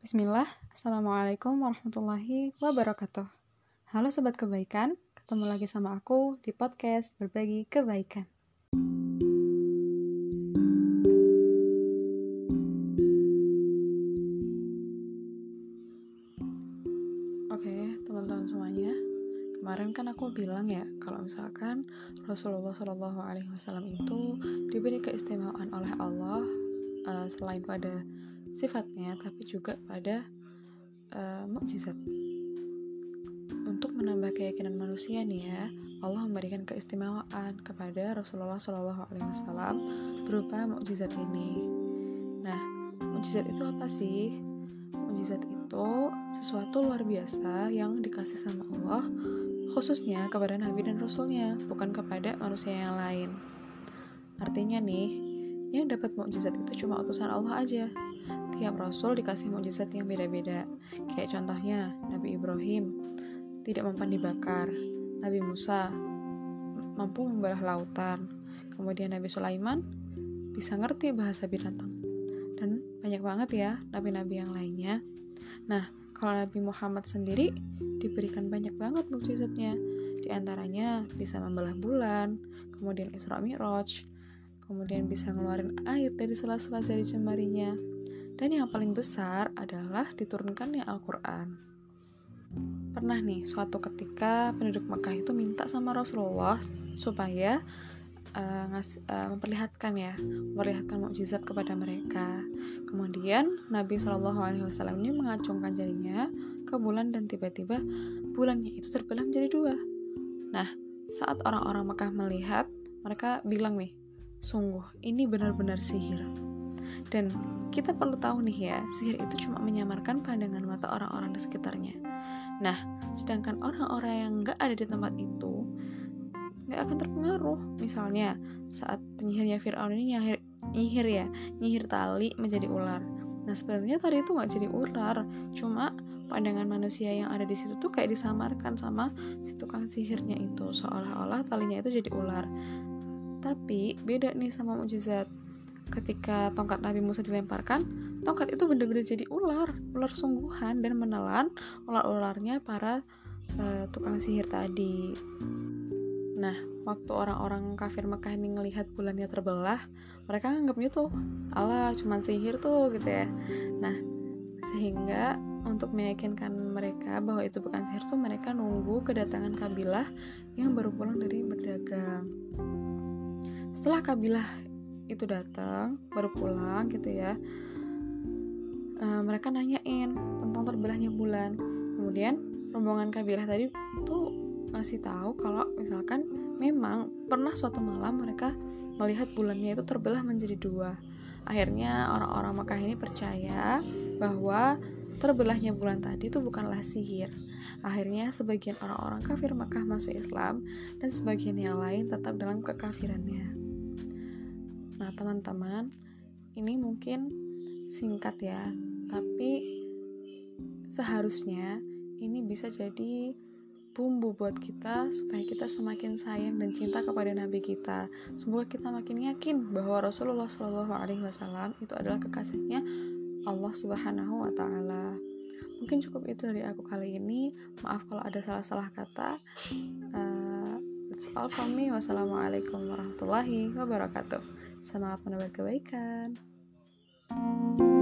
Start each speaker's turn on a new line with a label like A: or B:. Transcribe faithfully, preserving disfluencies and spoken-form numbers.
A: Bismillah, Assalamualaikum warahmatullahi wabarakatuh. Halo Sobat Kebaikan, ketemu lagi sama aku di podcast Berbagi Kebaikan. Oke, teman-teman semuanya, kemarin kan aku bilang ya, kalau misalkan Rasulullah shallallahu alaihi wasallam itu diberi keistimewaan oleh Allah uh, selain pada sifatnya, tapi juga pada uh, mukjizat. Untuk menambah keyakinan manusia nih ya, Allah memberikan keistimewaan kepada Rasulullah shallallahu alaihi wasallam berupa mukjizat ini. Nah, mukjizat itu apa sih? Mukjizat itu sesuatu luar biasa yang dikasih sama Allah, khususnya kepada Nabi dan Rasulnya, bukan kepada manusia yang lain. Artinya nih, yang dapat mukjizat itu cuma utusan Allah aja. Tiap Rasul dikasih mukjizat yang beda-beda. Kayak contohnya Nabi Ibrahim tidak mempan dibakar, Nabi Musa mampu membelah lautan, kemudian Nabi Sulaiman bisa ngerti bahasa binatang, dan banyak banget ya nabi-nabi yang lainnya. Nah, kalau Nabi Muhammad sendiri diberikan banyak banget mukjizatnya. Di antaranya bisa membelah bulan, kemudian Isra Mi'raj, kemudian bisa ngeluarin air dari sela-sela jari jemarinya, dan yang paling besar adalah diturunkannya Al-Quran. Pernah nih suatu ketika penduduk Mekah itu minta sama Rasulullah supaya uh, ngas, uh, memperlihatkan ya memperlihatkan mukjizat kepada mereka. Kemudian Nabi shallallahu alaihi wasallam ini mengacungkan jarinya ke bulan dan tiba-tiba bulannya itu terbelah menjadi dua. Nah, saat orang-orang Mekah melihat, mereka bilang nih, sungguh ini benar-benar sihir. Dan kita perlu tahu nih ya, sihir itu cuma menyamarkan pandangan mata orang-orang di sekitarnya. Nah, sedangkan orang-orang yang gak ada di tempat itu gak akan terpengaruh. Misalnya, saat penyihirnya Fir'aun ini nyihir, nyihir ya, nyihir tali menjadi ular. Nah, sebenarnya tali itu gak jadi ular, cuma pandangan manusia yang ada di situ tuh kayak disamarkan sama si tukang sihirnya itu, seolah-olah talinya itu jadi ular. Tapi beda nih sama mukjizat. Ketika tongkat Nabi Musa dilemparkan, tongkat itu benar-benar jadi ular, ular sungguhan, dan menelan ular-ularnya para uh, tukang sihir tadi. Nah, waktu orang-orang kafir Mekah ini ngelihat bulannya terbelah, mereka nganggapnya tuh, alah cuman sihir tuh gitu ya. Nah, sehingga untuk meyakinkan mereka bahwa itu bukan sihir tuh, mereka nunggu kedatangan kabilah yang baru pulang dari berdagang. Setelah kabilah itu datang, baru pulang gitu ya, uh, mereka nanyain tentang terbelahnya bulan. Kemudian rombongan kabilah tadi tuh ngasih tahu kalau misalkan memang pernah suatu malam mereka melihat bulannya itu terbelah menjadi dua. Akhirnya orang-orang Mekah ini percaya bahwa terbelahnya bulan tadi itu bukanlah sihir. Akhirnya sebagian orang-orang kafir Mekah masuk Islam, dan sebagian yang lain tetap dalam kekafirannya. Nah, teman-teman, ini mungkin singkat ya, tapi seharusnya ini bisa jadi bumbu buat kita supaya kita semakin sayang dan cinta kepada Nabi kita. Semoga kita makin yakin bahwa Rasulullah shallallahu alaihi wasallam itu adalah kekasihnya Allah Subhanahu wa Ta'ala. Mungkin cukup itu dari aku kali ini. Maaf kalau ada salah-salah kata. Uh, that's all from me. Wassalamualaikum warahmatullahi wabarakatuh. Semangat menebar kebaikan.